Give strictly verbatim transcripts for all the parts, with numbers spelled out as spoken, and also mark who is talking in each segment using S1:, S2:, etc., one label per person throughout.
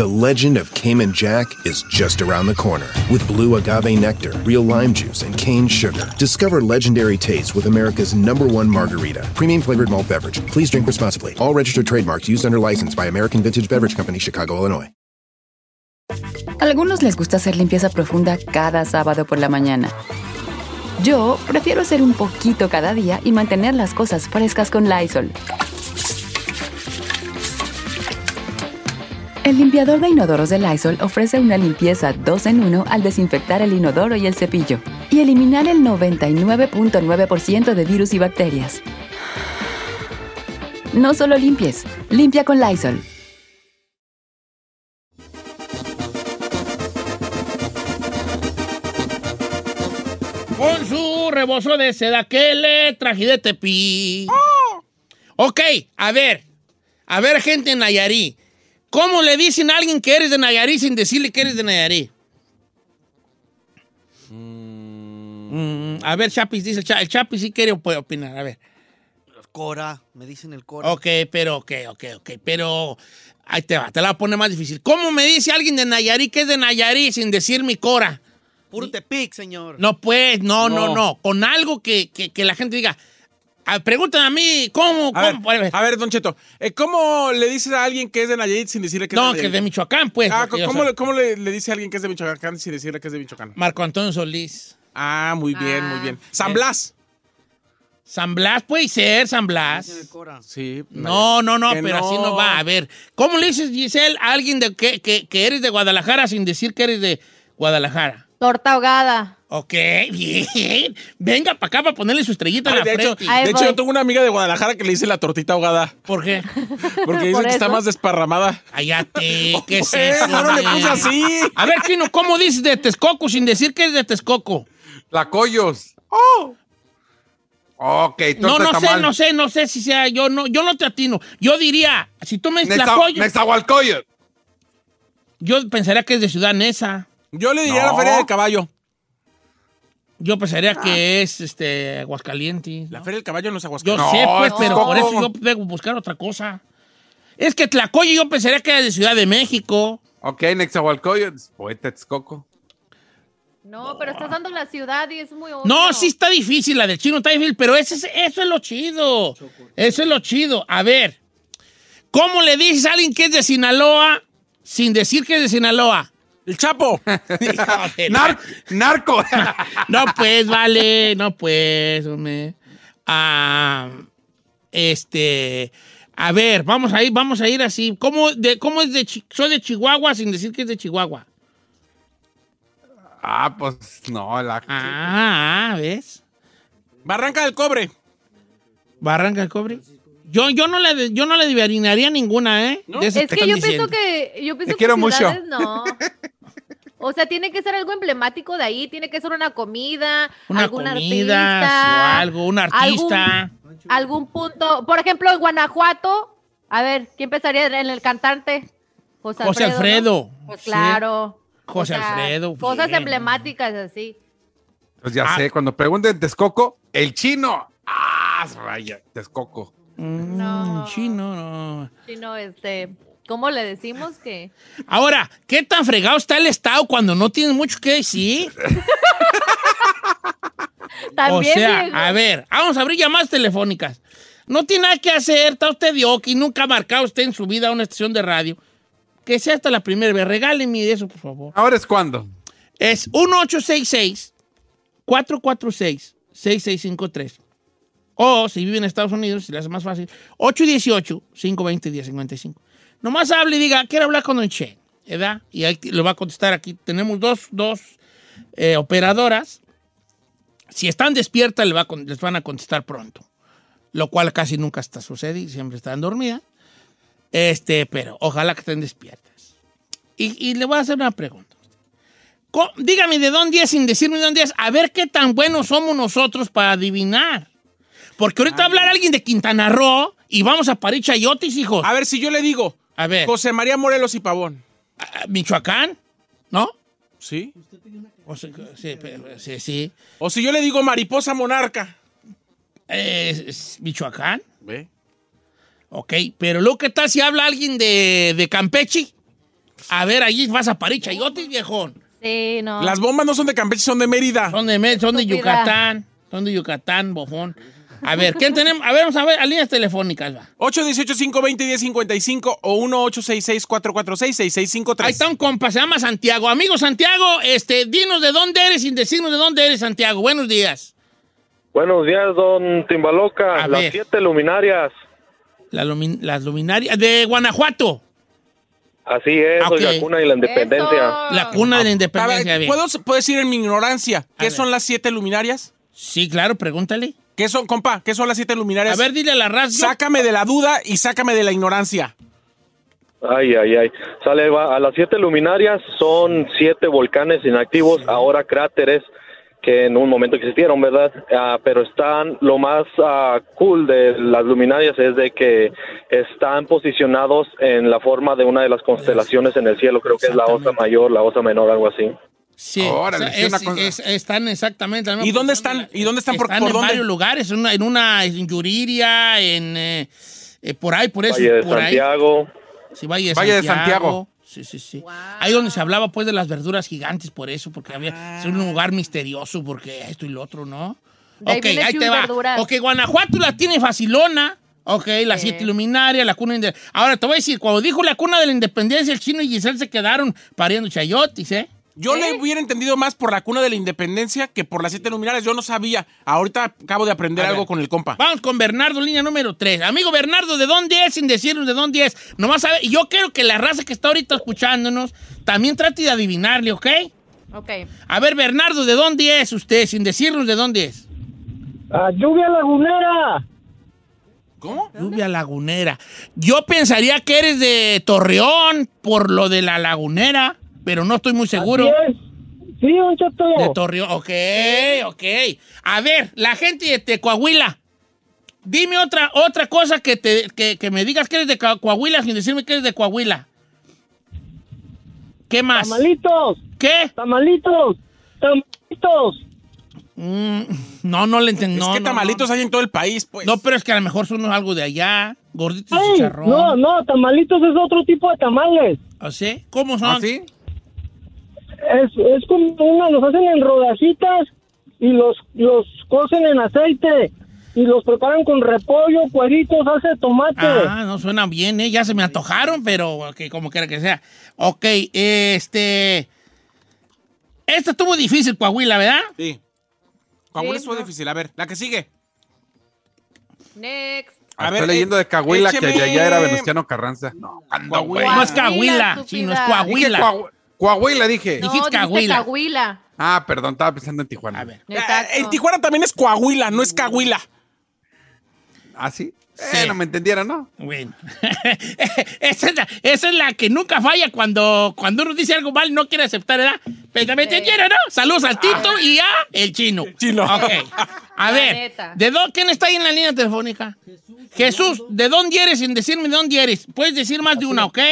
S1: The legend of Cayman Jack is just around the corner. With blue agave nectar, real lime juice, and cane sugar. Discover legendary taste with America's number one margarita. Premium flavored malt beverage. Please drink responsibly. All registered trademarks used under license by American Vintage Beverage Company, Chicago, Illinois.
S2: A algunos les gusta hacer limpieza profunda cada sábado por la mañana. Yo prefiero hacer un poquito cada día y mantener las cosas frescas con Lysol. El limpiador de inodoros de Lysol ofrece una limpieza dos en uno al desinfectar el inodoro y el cepillo y eliminar el noventa y nueve punto nueve por ciento de virus y bacterias. No solo limpies, limpia con Lysol.
S3: Con su rebozo de seda que le traje de Tepi. Oh. Ok, a ver. A ver, gente en Nayarit. ¿Cómo le dicen a alguien que eres de Nayarit sin decirle que eres de Nayarit? Mm. Mm, a ver, Chapis dice, el, Cha- el Chapis sí quiere op- opinar, a ver.
S4: Cora, me dicen el Cora.
S3: Ok, pero, ok, ok, ok, pero ahí te va, te la voy a poner más difícil. ¿Cómo me dice alguien de Nayarit que es de Nayarit sin decir mi Cora?
S4: Puro Tepic, señor.
S3: No, pues, no, no, no,
S5: No.
S3: con algo que, que, que la gente diga. Ah, pregúntame a mí, ¿cómo?
S5: A ver,
S3: cómo? A ver.
S5: a ver, Don Cheto, eh, ¿cómo le dices a alguien que es de Nayarit sin decirle que
S3: No,
S5: es de
S3: que es de
S5: Nayarit?
S3: Michoacán, pues.
S5: Ah,
S3: porque yo
S5: ¿cómo,
S3: soy
S5: le, cómo le, le dice a alguien que es de Michoacán sin decirle que es de Michoacán?
S3: Marco Antonio Solís.
S5: Ah, muy bien,
S2: Ah.
S5: muy bien. San Blas.
S3: San Blas, puede ser, San
S4: Me
S3: Blas.
S4: dicen el Cora.
S5: Sí.
S3: No, no, no,
S5: Que
S3: pero así no va. A ver, ¿cómo le dices, Giselle, a alguien de que, que, que eres de Guadalajara sin decir que eres de Guadalajara?
S6: Torta ahogada.
S3: Ok, bien. Venga para acá para ponerle su estrellita
S5: Ay,
S3: en la
S5: de hecho,
S3: frente.
S6: Ahí
S5: de hecho,
S6: voy.
S5: yo tengo una amiga de Guadalajara que le dice la tortita ahogada.
S3: ¿Por qué?
S5: Porque dice
S6: ¿Por
S5: que está
S6: eso?
S5: más desparramada.
S3: Cállate, ¿qué es
S5: Eh,
S3: eso?
S5: no, no le
S3: hombre?
S5: puse así.
S3: A ver, Chino, ¿cómo dices de Texcoco sin decir que es de Texcoco?
S7: Tlacoyos. ¡Oh! Ok, torta
S3: No, no
S7: de
S3: sé,
S7: tamal.
S3: no sé, no sé si sea yo, no, yo no te atino. Yo diría, si tú me dices
S7: Nexa-
S3: Tlacoyo,
S7: Nezahualcóyotl.
S3: yo pensaría que es de Ciudad Neza.
S5: Yo le diría
S7: No.
S5: la feria del caballo.
S3: Yo pensaría que es este Aguascalientes.
S5: La
S3: ¿no?
S5: feria del caballo no es
S3: Yo
S5: Aguascalientes.
S7: No,
S3: sé, pues,
S7: es
S3: pero
S7: Texcoco.
S3: por eso yo debo buscar otra cosa. Es que Tlacoyo yo pensaría que era de Ciudad de México.
S7: Ok, Nezahualcóyotl. Poeta Texcoco.
S6: No, pero estás dando la ciudad y es muy obvio.
S3: No, sí está difícil, la del Chino está difícil, pero ese es- eso es lo chido. Eso es lo chido. A ver, ¿cómo le dices a alguien que es de Sinaloa sin decir que es de Sinaloa?
S5: El Chapo.
S3: Hijo de la-
S7: Nar- narco.
S3: No, pues, vale, no, pues, hombre. Ah, este, a ver, vamos a ir, vamos a ir así. ¿Cómo, de, cómo es de, Chi- soy de Chihuahua sin decir que es de Chihuahua?
S7: Ah, pues no, la...
S3: Ah, ¿ves?
S5: Barranca del Cobre.
S3: Barranca del Cobre. Yo, yo no le, yo no le adivinaría ninguna, ¿eh?
S5: ¿No?
S3: De esas
S6: Es
S3: que
S6: que
S3: están
S6: yo
S3: diciendo.
S6: pienso que. Yo pienso
S7: Te
S6: que
S7: quiero mucho.
S6: ciudades no. O sea, tiene que ser algo emblemático de ahí, tiene que ser una comida,
S3: Una
S6: algún
S3: comida,
S6: artista,
S3: o algo, un artista.
S6: Algún, algún punto. Por ejemplo, en Guanajuato, a ver, ¿quién empezaría en el cantante? José Alfredo.
S3: José Alfredo.
S6: ¿no? Pues
S3: Sí.
S6: claro.
S3: José
S6: O sea,
S3: Alfredo,
S6: Cosas
S3: bien.
S6: emblemáticas así.
S7: Pues ya
S3: Ah.
S7: sé, cuando pregunten Texcoco, el chino. Ah, vaya, Texcoco.
S3: Mm,
S6: No.
S3: Chino, no.
S6: Sino, este, ¿cómo le decimos que?
S3: Ahora, ¿qué tan fregado está el Estado cuando no tienes mucho que decir?
S6: También
S3: o sea,
S6: viejo.
S3: a ver, vamos a abrir llamadas telefónicas. No tiene nada que hacer, está usted de oki, nunca ha marcado usted en su vida una estación de radio. Que sea hasta la primera vez. Regálenme eso, por favor.
S7: ¿Ahora es cuándo?
S3: Es uno ocho seis seis, cuatro cuatro seis, seis seis cinco tres. O, si vive en Estados Unidos, si le hace más fácil, ocho uno ocho, cinco dos cero, uno cero cinco cinco. Nomás hable y diga, quiero hablar con Don Che, ¿verdad? Y ahí lo va a contestar aquí. Tenemos dos, dos eh, operadoras. Si están despiertas, le va a con- les van a contestar pronto. Lo cual casi nunca está sucede, siempre están dormidas. Este, pero ojalá que estén despiertas. Y, y le voy a hacer una pregunta. Co- Dígame de dónde es sin decirme de dónde es, a ver qué tan buenos somos nosotros para adivinar. Porque ahorita va a hablar alguien de Quintana Roo y vamos a parir chayotes, hijos.
S5: A ver, si yo le digo
S3: A ver,
S5: José María Morelos y Pavón.
S3: ah, Michoacán, ¿no?
S5: ¿Sí?
S3: O sea, sí, pero- sí, sí.
S5: O si yo le digo Mariposa Monarca.
S3: Eh, es Michoacán,
S5: ¿Ve?
S3: ok. Pero luego, ¿qué tal si habla alguien de, de Campeche? A ver, allí vas a parir chayotes, viejón.
S6: Sí, no.
S5: Las bombas no son de Campeche, son de Mérida.
S3: Son de, Me- son de
S6: Estúpida.
S3: Yucatán. Son de Yucatán, bofón. A ver, ¿quién tenemos? A ver, vamos a ver, a líneas telefónicas, va.
S5: ocho uno ocho, cinco dos cero, uno cero cinco cinco o uno ocho seis seis, cuatro cuatro seis, seis seis cinco tres.
S3: Ahí está un compa, se llama Santiago. Amigo Santiago, este, dinos de dónde eres sin decirnos de dónde eres, Santiago. Buenos días.
S8: Buenos días, don Timbaloca.
S3: A
S8: Las
S3: ver.
S8: siete luminarias.
S3: La lumi- las luminarias de Guanajuato.
S8: Así es,
S3: Ok.
S8: soy la cuna y la independencia.
S6: Eso.
S3: La cuna de la
S5: A
S3: independencia.
S5: ver,
S3: bien.
S5: ¿puedo, puedo decir en mi ignorancia qué
S3: ver.
S5: son las siete luminarias?
S3: Sí, claro, pregúntale.
S5: ¿Qué son, compa? ¿Qué son las siete luminarias?
S3: A ver, dile a la raza.
S5: Sácame de la duda y sácame de la ignorancia.
S8: Ay, ay, ay. Sale, va. A las siete luminarias son siete volcanes inactivos, ahora cráteres que en un momento existieron, ¿verdad? Ah, pero están, lo más ah, cool de las luminarias es de que están posicionados en la forma de una de las constelaciones en el cielo, creo que es la Osa Mayor, la Osa Menor, algo así.
S3: Sí,
S7: Órale,
S3: o sea,
S7: sí, una
S3: es-
S7: cosa.
S3: es- están exactamente. en la misma
S5: ¿Y dónde
S3: posición
S5: están? ¿Y dónde están? ¿Por-
S3: Están
S5: por
S3: en
S5: dónde?
S3: varios lugares, en una, en, una, en Yuriria, en eh, eh, por ahí, por eso,
S8: Valle de
S3: por ahí.
S8: Santiago.
S3: Sí, Valle de
S7: Valle de
S3: Santiago.
S7: Santiago.
S3: Sí, sí, sí. Ahí donde se hablaba pues de las verduras gigantes, por eso, porque había es un lugar misterioso, porque esto y lo otro, ¿no?
S6: De ahí
S3: Ok,
S6: viene
S3: ahí te
S6: Chuy
S3: va.
S6: Verduras.
S3: Ok, Guanajuato la tiene facilona. Ok, la
S6: Sí.
S3: siete luminaria, la cuna de... Ahora te voy a decir, cuando dijo la cuna de la independencia, el chino y Giselle se quedaron pariendo chayotis, ¿eh?
S5: Yo le hubiera entendido más por la cuna de la independencia que por las siete luminarias. Yo no sabía. Ahorita acabo de aprender
S3: A
S5: algo
S3: ver.
S5: con el compa.
S3: Vamos con Bernardo, línea número tres. Amigo Bernardo, ¿de dónde es? Sin decirnos de dónde es. Nomás sabe, y yo quiero que la raza que está ahorita escuchándonos también trate de adivinarle, ¿ok?
S6: Ok.
S3: A ver, Bernardo, ¿de dónde es usted? Sin decirnos de dónde es.
S8: ¡Lluvia lagunera!
S5: ¿Cómo?
S3: Lluvia lagunera. Yo pensaría que eres de Torreón por lo de la lagunera, pero no estoy muy seguro.
S8: Sí, don Cheto.
S3: De Torreón, ok, ok. A ver, la gente de, de Coahuila. Dime otra, otra cosa que, te, que, que me digas que eres de Ca- Coahuila sin decirme que eres de Coahuila. ¿Qué más?
S8: Tamalitos,
S3: ¿Qué?
S8: tamalitos, tamalitos.
S3: Mm, no, no le entendí.
S5: es
S3: no,
S5: que
S3: no,
S5: tamalitos
S3: no.
S5: hay en todo el país, pues.
S3: No, pero es que a lo mejor son algo de allá. Gorditos de
S8: Ay,
S3: chicharrón.
S8: no, no, tamalitos es otro tipo de tamales.
S3: ¿O sí? ¿Cómo son?
S7: ¿Ah, sí?
S8: Es, es como una, los hacen en rodajitas y los, los cocen en aceite y los preparan con repollo, cueritos, salsa de tomate.
S3: Ah, no suenan bien, ¿eh? Ya se me antojaron, pero que como quiera que sea. Ok, este... Esta estuvo difícil, Coahuila, ¿verdad?
S5: Sí. Coahuila
S6: Sí,
S5: fue
S6: no.
S5: difícil. A ver, la que sigue.
S6: Next.
S5: A
S7: Estoy
S5: ver,
S7: leyendo de Coahuila que
S5: écheme-
S7: de allá era Venustiano Carranza. No, ando,
S5: Coahuila.
S7: güey.
S3: No es Coahuila,
S6: Coahuila,
S3: sí, no es
S6: estúpida.
S7: Dije
S3: Coahuila.
S7: Coahu- Coahuila, dije.
S6: No,
S3: Dijiste
S6: dijiste
S3: Coahuila.
S6: Coahuila.
S7: Ah, perdón, estaba pensando en Tijuana.
S3: A ver.
S6: Exacto.
S5: Ah, En Tijuana también es Coahuila, no es Cahuila.
S7: ¿Ah, sí?
S3: Sí.
S7: Eh, no me entendieron, ¿no?
S3: Bueno. esa, es la, esa es la que nunca falla cuando, cuando uno dice algo mal y no quiere aceptar, ¿verdad? Pero me entendieron, ¿no? Saludos al Tito y a el chino.
S5: Chino.
S3: Ok. A
S6: La
S3: ver,
S6: neta.
S3: ¿de dónde, quién está ahí en la línea telefónica? Jesús, ¿de dónde eres sin decirme de dónde eres? Puedes decir más de una, ¿ok?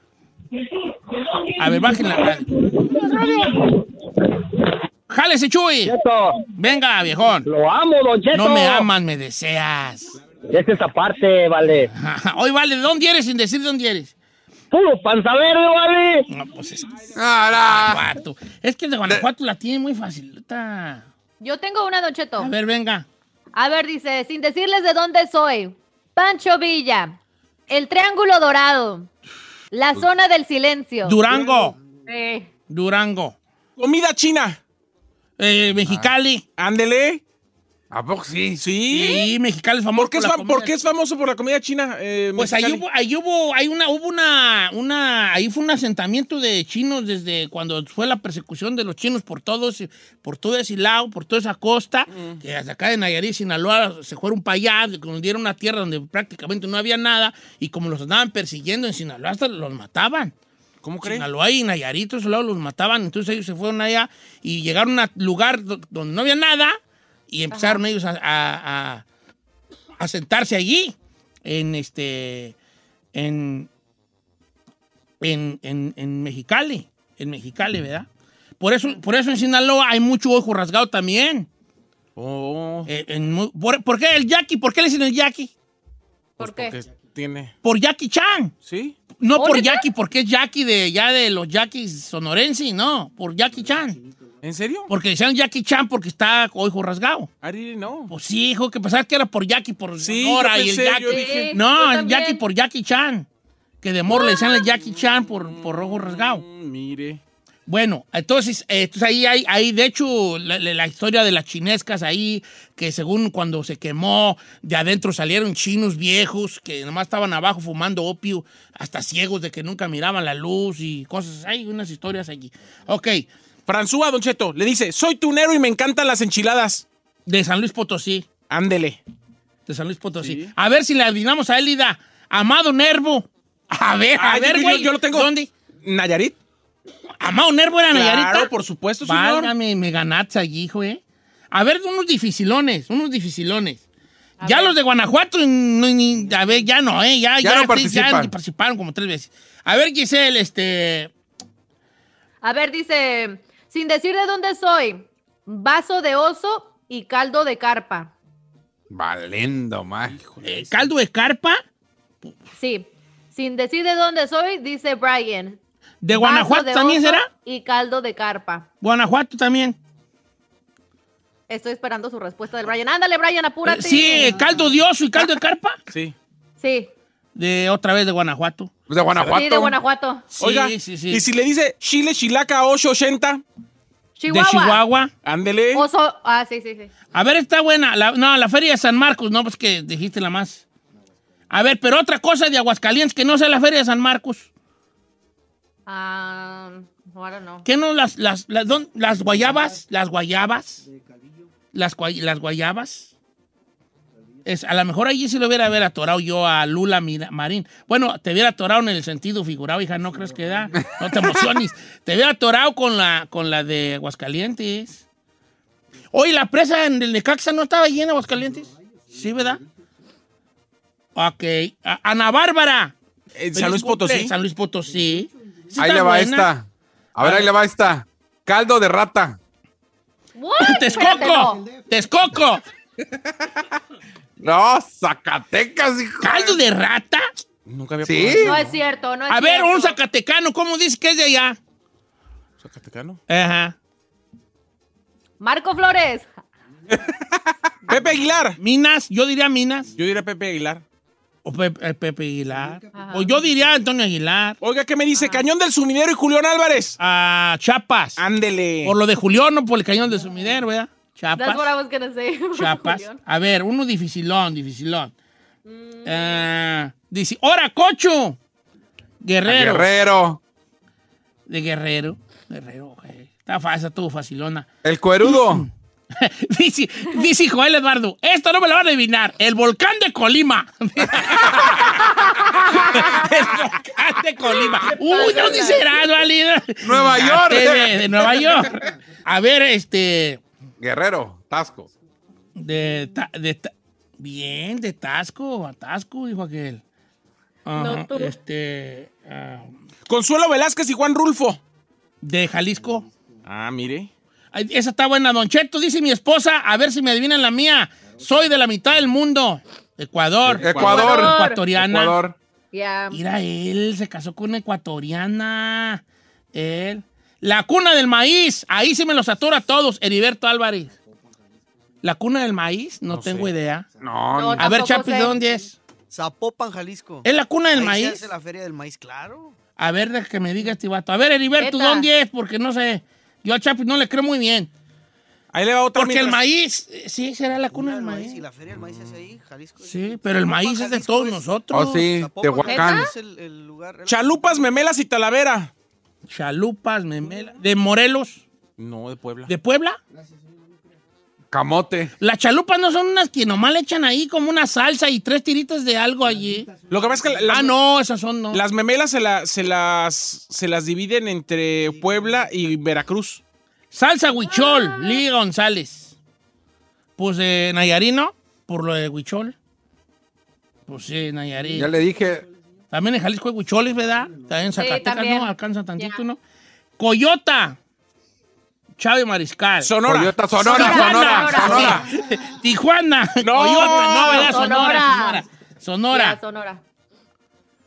S3: A ver, bajen la radio. ¡Jálese, Chuy! Venga, viejón.
S8: Lo amo, don Cheto.
S3: No me amas, me deseas.
S8: Es esa parte, vale.
S3: Hoy vale, ¿de dónde eres sin decir de dónde eres?
S8: Puro panza verde, vale.
S3: No, pues es
S7: Ah,
S3: Guanajuato. Es que de Guanajuato la tiene muy facilita.
S6: Yo tengo una, Don Cheto.
S3: A ver, venga.
S6: A ver, dice, sin decirles de dónde soy. Pancho Villa, el Triángulo Dorado, la zona del silencio.
S3: Durango.
S6: Sí.
S3: Durango.
S5: Comida china.
S3: Eh, Mexicali.
S5: Ándele.
S7: ¿A poco sí?
S5: Sí.
S3: Sí, Mexicali es famoso
S5: ¿Por qué, es,
S3: por la
S5: fa-
S3: comida.
S5: por qué es famoso por la comida china? eh,
S3: Pues ahí
S5: Mexicali?
S3: hubo, ahí hubo, hay una, hubo una, una, ahí fue un asentamiento de chinos desde cuando fue la persecución de los chinos por todos, por todo ese lado, por toda esa costa, que hasta acá de Nayarit, Sinaloa, se fueron para allá, nos dieron una tierra donde prácticamente no había nada, y como los andaban persiguiendo en Sinaloa, hasta los mataban.
S5: ¿Cómo creen?
S3: Sinaloa y Nayarit, esos lados los mataban, entonces ellos se fueron allá y llegaron a un lugar do- donde no había nada y empezaron ellos a, a, a- a sentarse allí en este en, en, en, en Mexicali, en Mexicali, ¿verdad? Por eso, por eso en Sinaloa hay mucho ojo rasgado también.
S5: Oh.
S3: Eh, en mu- por, ¿por qué el yaqui? ¿Por qué le dicen el yaqui?
S6: ¿Por
S5: Pues
S6: qué?
S5: porque tiene?
S3: Por Jackie Chan.
S5: ¿Sí?
S3: No por
S6: ¿Neta?
S3: Jackie, porque es Jackie de ya de los Jackies sonorenses, no, por Jackie Chan.
S5: ¿En serio?
S3: Porque decían Jackie Chan porque está ojo rasgado.
S5: I didn't know.
S3: Pues sí, hijo, que pensaba que era por Jackie, por
S5: Sí,
S3: Sonora
S5: yo
S3: y el
S5: pensé,
S3: Jackie.
S5: yo dije-
S6: Sí,
S3: no,
S6: yo
S3: el
S6: también.
S3: Jackie por Jackie Chan. Que de morro le decían el Jackie Chan por, por ojo rasgado.
S5: Mm, mire.
S3: Bueno, entonces, eh, entonces ahí hay, ahí, de hecho, la, la- la historia de las chinescas ahí, que según cuando se quemó, de adentro salieron chinos viejos que nomás estaban abajo fumando opio, hasta ciegos de que nunca miraban la luz y cosas. Hay unas historias aquí. Ok,
S5: François, Don Cheto, le dice, soy tunero y me encantan las enchiladas.
S3: de San Luis Potosí.
S5: Ándele.
S3: De San Luis Potosí.
S5: Sí.
S3: A ver si le adivinamos a Elida. Amado Nervo. A ver, a
S5: Ah,
S3: ver,
S5: yo-
S3: güey.
S5: yo, yo lo tengo.
S3: ¿Dónde?
S5: ¿Nayarit?
S3: Amado Nervo era Nayarita.
S5: Claro, por supuesto, señor.
S3: Válgame, me ganaste allí, hijo, ¿eh? A ver, unos dificilones, unos dificilones.
S6: A
S3: ya
S6: ver.
S3: los de Guanajuato, no, ni- a ver, ya no, ¿eh? Ya,
S7: Ya
S3: ya,
S7: no participan.
S3: ya participaron como tres veces. A ver, Giselle, este...
S6: A ver, dice, sin decir de dónde soy, vaso de oso y caldo de carpa.
S7: Valendo, más.
S3: eh, caldo de carpa
S6: Sí, sin decir de dónde soy, dice Brian.
S3: de
S6: vaso
S3: Guanajuato
S6: de
S3: también
S6: oso
S3: será.
S6: Y caldo de carpa.
S3: Guanajuato también.
S6: Estoy esperando su respuesta del Brian. Ándale, Brian, apúrate.
S3: Sí, caldo de oso y caldo de carpa.
S5: Sí.
S6: Sí,
S3: De otra vez de Guanajuato.
S7: De Guanajuato.
S6: sí, de Guanajuato.
S3: Sí,
S5: Oiga,
S3: sí, sí.
S5: y si le dice Chile Chilaca ocho ochenta,
S6: Chihuahua.
S3: De Chihuahua.
S5: ándele.
S6: Oso, ah, sí, sí, sí.
S3: A ver, está buena. La- no, la feria de San Marcos, no, pues que dijiste la más. A ver, pero otra cosa de Aguascalientes que no sea la feria de San Marcos.
S6: Ah, ahora no.
S3: ¿Qué no? Las, las, las, don- las guayabas, las guayabas. Las, guay- las guayabas. Es, a lo mejor allí sí lo hubiera haber atorado yo a Lula Mira- Marín. Bueno, te hubiera atorado en el sentido figurado, hija, ¿no crees que da? No te emociones. Te hubiera atorado con la, con la de Aguascalientes. Oye, la presa en el Necaxa no estaba llena, Aguascalientes. Sí, ¿verdad? Ok. A- Ana Bárbara.
S5: En
S3: Feliz
S5: San Luis
S3: cumple.
S5: Potosí.
S3: San Luis Potosí. Sí
S7: Ahí
S3: está
S7: le va
S3: buena.
S7: esta. A ver, ahí le va esta. Caldo de rata.
S6: What? Espérate,
S3: Texcoco.
S6: no.
S3: Texcoco.
S7: No, Zacatecas, hijo.
S3: ¿Caldo de rata?
S5: Nunca había
S7: ¿Sí?
S5: probado.
S6: No es cierto, no es
S3: A ver,
S6: cierto.
S3: un zacatecano, ¿cómo dice que es de allá?
S5: Zacatecano.
S3: Ajá.
S6: Marco Flores.
S5: Pepe Aguilar.
S3: Minas, yo diría Minas.
S5: Yo diría Pepe Aguilar.
S3: O Pepe, Pepe Aguilar.
S6: Ajá.
S3: O yo diría Antonio Aguilar.
S5: Oiga, ¿qué me dice? Cañón del Sumidero y Julián Álvarez.
S3: A Chiapas.
S5: Ándele.
S3: Por lo de Julián, no por el cañón de Sumidero, ¿verdad?
S6: That's what I
S3: Chiapas.
S6: was gonna say.
S3: Chiapas.
S6: Julián.
S3: A ver, uno dificilón, dificilón. Ah, dice, ¡Hora, Cocho! Guerrero.
S7: Guerrero.
S3: De Guerrero. Guerrero, ok. Está fácil, estuvo facilona.
S7: El cuerudo.
S3: dice, dice Joel Eduardo, esto no me lo van a adivinar. El volcán de Colima. El volcán de Colima. Uy, ¿dónde será, Valida?
S7: Nueva York.
S3: De, de Nueva York. A ver, este.
S7: Guerrero. Tasco.
S3: De, ta- de ta- bien, de Tasco, a Tasco, dijo aquel. Ajá,
S6: No, tú.
S3: este. ah,
S5: Consuelo Velázquez y Juan Rulfo.
S3: de Jalisco.
S5: Ah, mire.
S3: Ay, esa está buena, Don Cheto, dice mi esposa, a ver si me adivinan la mía. Soy de la mitad del mundo. Ecuador.
S7: Ecuador.
S3: Ecuatoriana.
S7: Ecuador.
S6: Yeah.
S3: Mira, él se casó con una ecuatoriana. Él. La cuna del maíz. Ahí sí me los atora a todos. Heriberto Álvarez. La cuna del maíz, no,
S5: No
S3: tengo
S5: sé.
S3: idea.
S7: No,
S6: No,
S7: no.
S3: A ver,
S6: Tampoco
S3: Chapi, ¿de
S6: sé.
S3: dónde es?
S4: Zapopan, Jalisco.
S3: ¿Es la cuna del
S4: Ahí se
S3: maíz?
S4: hace la feria del maíz, claro.
S3: A ver, deja que me diga este vato. A ver, Heriberto,
S6: Neta.
S3: ¿dónde es? Porque no sé. Yo a Chapi no le creo muy bien.
S5: Ahí le va otra.
S3: Porque el
S5: mientras-
S3: maíz, eh, sí, será la cuna del maíz.
S4: Y la feria del maíz se hace ahí, Jalisco.
S3: Sí, pero el
S4: Zapopan,
S3: maíz es de
S4: Jalisco,
S3: todos
S4: es-
S3: nosotros.
S7: Oh, sí.
S4: Zapopan,
S7: Tehuacán.
S4: es el, el lugar.
S5: Chalupas, Memelas y Talavera.
S3: Chalupas, memela. ¿De Morelos?
S5: No, de Puebla.
S3: ¿De Puebla?
S7: Camote.
S3: Las chalupas no son unas que nomás le echan ahí como una salsa y tres tiritas de algo allí.
S5: Lo que pasa es que las,
S3: Ah, no, esas son no.
S5: las memelas se, la- se las, se las dividen entre Puebla y Veracruz.
S3: Salsa huichol, Lili González. Pues de Nayarino, por lo de huichol. Pues sí, Nayarit.
S7: Ya le dije.
S3: También en Jalisco hay huicholes, ¿verdad? También en Zacatecas,
S6: también.
S3: ¿no? Alcanza tantito,
S6: Ya.
S3: ¿no? Coyota. Chávez Mariscal.
S5: Sonora.
S7: Coyota, Sonora,
S6: Sonora,
S7: Sonora, Sonora.
S3: Tijuana.
S5: No.
S3: Coyota, no, ¿verdad? Sonora.
S6: Sonora.
S3: Sonora. Sonora.
S6: Yeah, Sonora.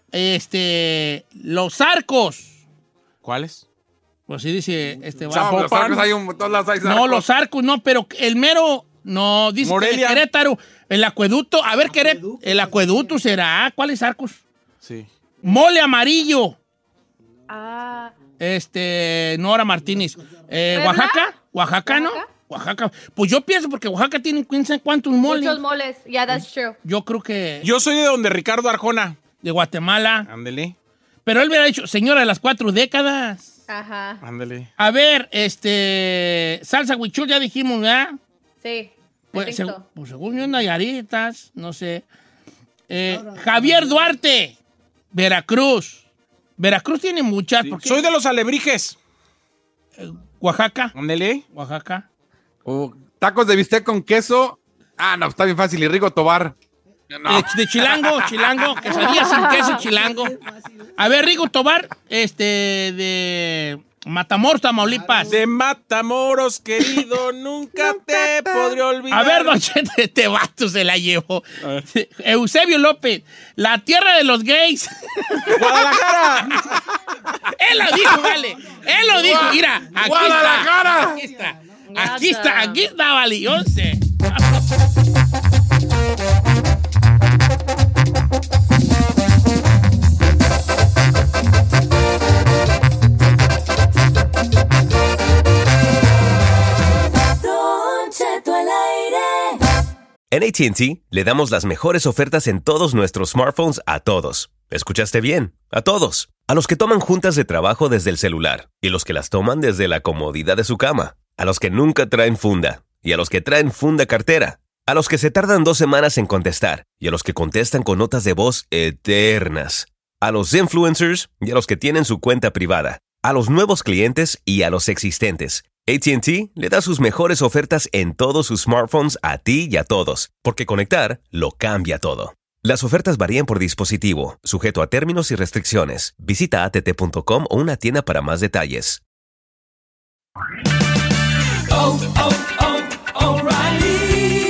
S3: este, los arcos.
S5: ¿Cuáles?
S3: Pues sí dice este
S7: No,
S3: vato.
S7: los arcos hay un, todas las hay
S3: No,
S7: arcos.
S3: los arcos no, pero el mero, no, dice que
S5: Morelia.
S3: de Querétaro, el acueducto, a ver, Queré- el acueducto será, ¿cuáles arcos?
S5: Sí.
S3: Mole amarillo,
S6: Ah,
S3: este, Nora Martínez. Eh,
S6: ¿Puebla?
S3: Oaxaca, Oaxaca, ¿no?
S6: ¿Oaxaca?
S3: Oaxaca. Pues yo pienso porque Oaxaca tiene quién sabe cuántos moles.
S6: muchos moles. Yeah, that's true.
S3: Yo creo que
S5: Yo soy de donde Ricardo Arjona.
S3: de Guatemala.
S5: Ándele,
S3: Pero él hubiera dicho, señora de las cuatro décadas.
S6: Ajá.
S5: ándele.
S3: A ver, este, salsa huichol, ya dijimos, ¿verdad?
S6: Sí.
S3: Pues,
S6: I
S3: seg-
S6: think so.
S3: pues según yo, Nayaritas, no sé. Eh, Javier Duarte, Veracruz. Veracruz tiene muchas.
S5: Sí.
S3: ¿por qué?
S5: Soy de los alebrijes.
S3: Oaxaca.
S5: Ándele.
S3: Oaxaca.
S7: O tacos de bistec con queso. Ah, no, está bien fácil. Y Rigo Tobar. No.
S3: De, de chilango, chilango, quesadilla sin queso, chilango. A ver, Rigo Tobar, este, de Matamoros, Tamaulipas.
S5: De Matamoros, querido, nunca te podré olvidar.
S3: A ver, don Chente, este vato se la llevó. Eusebio López, la tierra de los gays.
S5: ¡Guadalajara!
S3: Él lo dijo, vale. Él lo dijo. Mira, aquí
S7: ¡Guadalajara!
S3: está. Aquí está. Aquí está, aquí está, vale. Yo sé.
S9: En A T and T le damos las mejores ofertas en todos nuestros smartphones a todos. ¿Escuchaste bien? A todos. A los que toman juntas de trabajo desde el celular y los que las toman desde la comodidad de su cama. A los que nunca traen funda y a los que traen funda cartera. A los que se tardan dos semanas en contestar y a los que contestan con notas de voz eternas. A los influencers y a los que tienen su cuenta privada. A los nuevos clientes y a los existentes. A T and T le da sus mejores ofertas en todos sus smartphones a ti y a todos, porque conectar lo cambia todo. Las ofertas varían por dispositivo, sujeto a términos y restricciones. Visita a t t punto com o una tienda para más detalles.
S10: Oh, oh, oh, O'Reilly.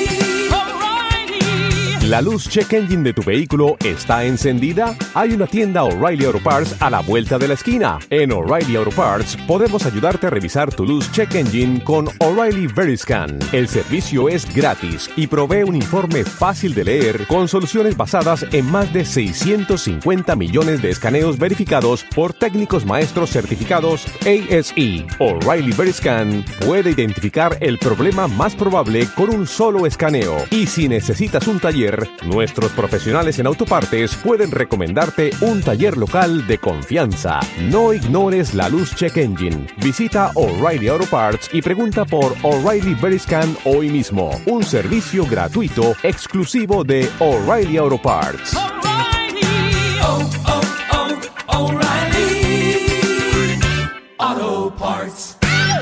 S11: ¿La luz check engine de tu vehículo está encendida? Hay una tienda O'Reilly Auto Parts a la vuelta de la esquina. En O'Reilly Auto Parts podemos ayudarte a revisar tu luz check engine con O'Reilly Veriscan. El servicio es gratis y provee un informe fácil de leer con soluciones basadas en más de seiscientos cincuenta millones de escaneos verificados por técnicos maestros certificados A S E. O'Reilly Veriscan puede identificar el problema más probable con un solo escaneo. Y si necesitas un taller, nuestros profesionales en autopartes pueden recomendarte un taller local de confianza. No ignores la luz check engine. Visita O'Reilly Auto Parts y pregunta por O'Reilly Veriscan hoy mismo. Un servicio gratuito exclusivo de O'Reilly Auto Parts.
S10: Oh, oh, oh, O'Reilly Auto Parts.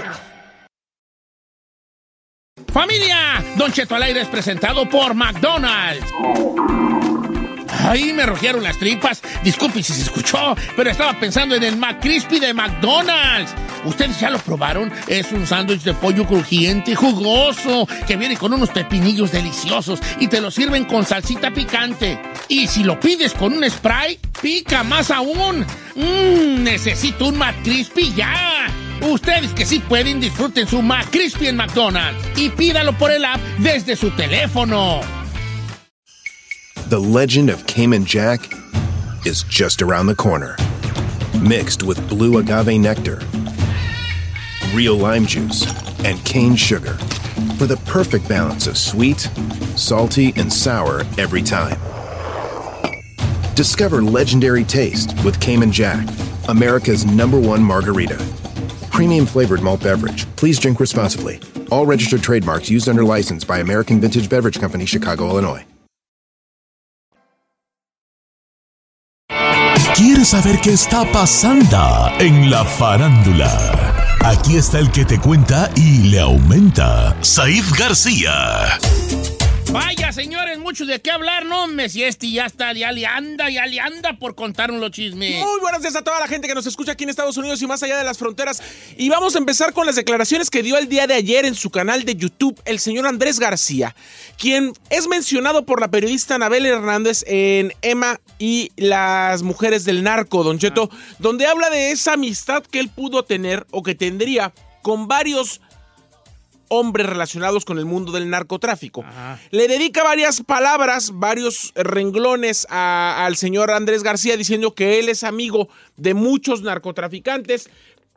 S3: ¡Familia! Don Cheto al aire es presentado por McDonald's. Ay, me rugieron las tripas. Disculpe si se escuchó, pero estaba pensando en el McCrispy de McDonald's. ¿Ustedes ya lo probaron? Es un sándwich de pollo crujiente y jugoso que viene con unos pepinillos deliciosos y te lo sirven con salsita picante. Y si lo pides con un spray, pica más aún. Mmm, necesito un McCrispy ya. Ustedes que sí pueden, disfruten su McCrispy en McDonald's y pídalo por el app desde su teléfono.
S1: The legend of Cayman Jack is just around the corner. Mixed with blue agave nectar, real lime juice, and cane sugar for the perfect balance of sweet, salty, and sour every time. Discover legendary taste with Cayman Jack, America's number one margarita. Premium flavored malt beverage. Please drink responsibly. All registered trademarks used under license by American Vintage Beverage Company, Chicago, Illinois.
S12: ¿Quieres saber qué está pasando en la farándula? Aquí está el que te cuenta y le aumenta, Saif García.
S3: Vaya, señores, mucho de qué hablar, no, me si este ya está, ya le anda, ya le anda por contarnos los chismes.
S5: Muy buenos días a toda la gente que nos escucha aquí en Estados Unidos y más allá de las fronteras. Y vamos a empezar con las declaraciones que dio el día de ayer en su canal de YouTube el señor Andrés García, quien es mencionado por la periodista Anabel Hernández en Emma y las mujeres del narco, Don Cheto, ah. donde habla de esa amistad que él pudo tener o que tendría con varios hombres relacionados con el mundo del narcotráfico. Ajá. Le dedica varias palabras, varios renglones a, al señor Andrés García diciendo que él es amigo de muchos narcotraficantes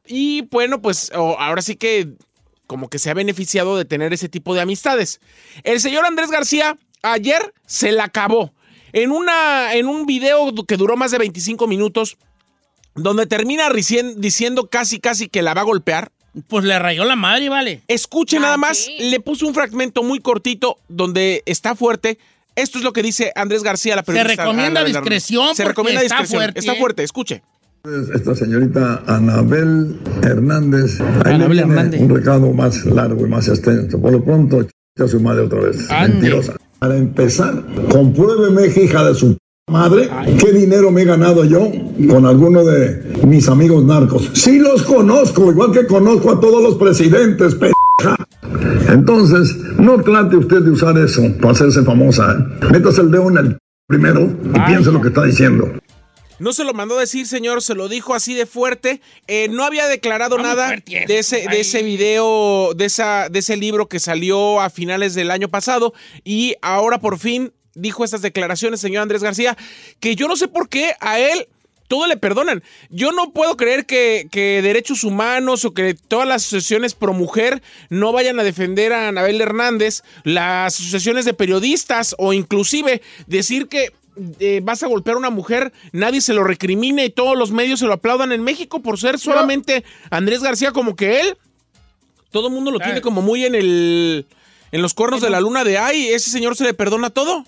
S5: y bueno, pues oh, ahora sí que como que se ha beneficiado de tener ese tipo de amistades. El señor Andrés García ayer se la acabó en, una, en un video que duró más de veinticinco minutos donde termina recién, diciendo casi casi que la va a golpear.
S3: Pues le rayó la madre, vale.
S5: Escuche ah, nada más,
S6: sí.
S5: le puse un fragmento muy cortito donde está fuerte. Esto es lo que dice Andrés García, la periodista.
S3: Se recomienda discreción.
S5: Se recomienda
S3: está
S5: discreción.
S3: Fuerte,
S5: está fuerte, escuche.
S13: Esta señorita Anabel Hernández. Ahí
S3: Anabel
S13: le
S3: Hernández.
S13: Un recado más largo y más extenso. Por lo pronto, a su madre otra vez.
S3: Ande.
S13: Mentirosa. Para empezar, compruébeme, hija de su madre, Ay. qué dinero me he ganado yo con alguno de mis amigos narcos. Sí los conozco, igual que conozco a todos los presidentes, pendeja. Entonces, no trate usted de usar eso para hacerse famosa. ¿eh? Métase el dedo en el primero y Ay. piense lo que está diciendo.
S5: No se lo mandó a decir, señor, se lo dijo así de fuerte. Eh, no había declarado Vamos nada de ese, de ese video, de, esa, de ese libro que salió a finales del año pasado y ahora por fin dijo estas declaraciones, señor Andrés García, que yo no sé por qué a él todo le perdonan. Yo no puedo creer que, que derechos humanos o que todas las asociaciones pro mujer no vayan a defender a Anabel Hernández, las asociaciones de periodistas o inclusive decir que eh, vas a golpear a una mujer, nadie se lo recrimine y todos los medios se lo aplaudan en México por ser solamente no. Andrés García como que él. Todo el mundo lo claro. tiene como muy en el en los cuernos de la luna de ay, ese señor se le perdona todo.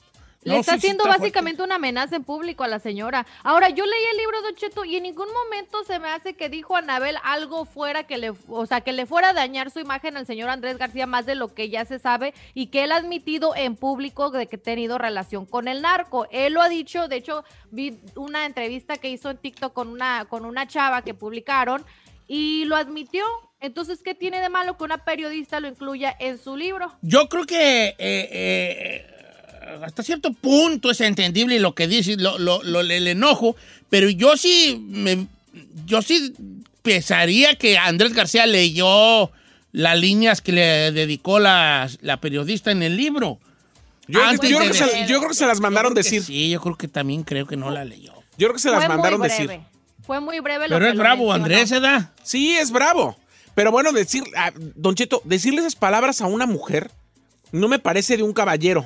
S6: Le
S3: No,
S6: está
S3: sí, sí
S6: haciendo
S3: está
S6: básicamente
S3: fuerte.
S6: una amenaza en público a la señora. Ahora, yo leí el libro, Don Cheto, y en ningún momento se me hace que dijo Anabel algo fuera que le, o sea, que le fuera a dañar su imagen al señor Andrés García más de lo que ya se sabe y que él ha admitido en público de que ha tenido relación con el narco. Él lo ha dicho, de hecho, vi una entrevista que hizo en TikTok con una, con una chava que publicaron y lo admitió. Entonces, ¿qué tiene de malo que una periodista lo incluya en su libro?
S3: Yo creo que eh, eh, hasta cierto punto es entendible lo que dice, lo, lo, lo, el enojo, pero yo sí, me, yo sí pensaría que Andrés García leyó las líneas que le dedicó la, la periodista en el libro.
S5: Yo, yo, creo
S3: de,
S5: que se, yo creo que se las mandaron decir.
S3: Sí, yo creo que también creo que no la leyó.
S5: Yo creo que se las
S6: Fue
S5: mandaron
S6: muy
S5: decir.
S6: breve. Fue muy breve lo
S3: Pero
S6: que
S3: es
S6: lo
S3: bravo,
S6: mencionó.
S3: Andrés, ¿eh? ¿da?
S5: Sí, es bravo. Pero bueno, decir, a, Don Cheto, decirle esas palabras a una mujer no me parece de un caballero.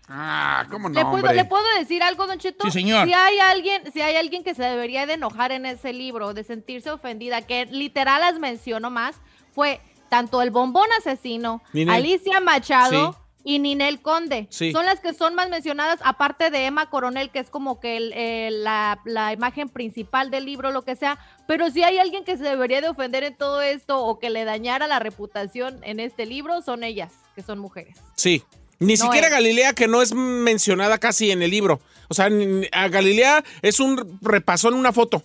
S7: Ah, ¿cómo no,
S6: ¿Le puedo,
S7: hombre?
S6: ¿Le puedo decir algo, Don Cheto?
S3: Sí, señor.
S6: Si hay alguien, si hay alguien que se debería de enojar en ese libro, de sentirse ofendida, que literal las menciono más, fue tanto el Bombón Asesino,
S5: Ninel.
S6: Alicia Machado
S5: Sí.
S6: y Ninel Conde.
S5: Sí.
S6: Son las que son más mencionadas, aparte de Emma Coronel, que es como que el, el, la, la imagen principal del libro, lo que sea. Pero si hay alguien que se debería de ofender en todo esto o que le dañara la reputación en este libro, son ellas, que son mujeres.
S5: Sí. Ni
S6: No
S5: siquiera
S6: es.
S5: Galilea, que no es mencionada casi en el libro. O sea, ni- a Galilea es un repasón en una foto.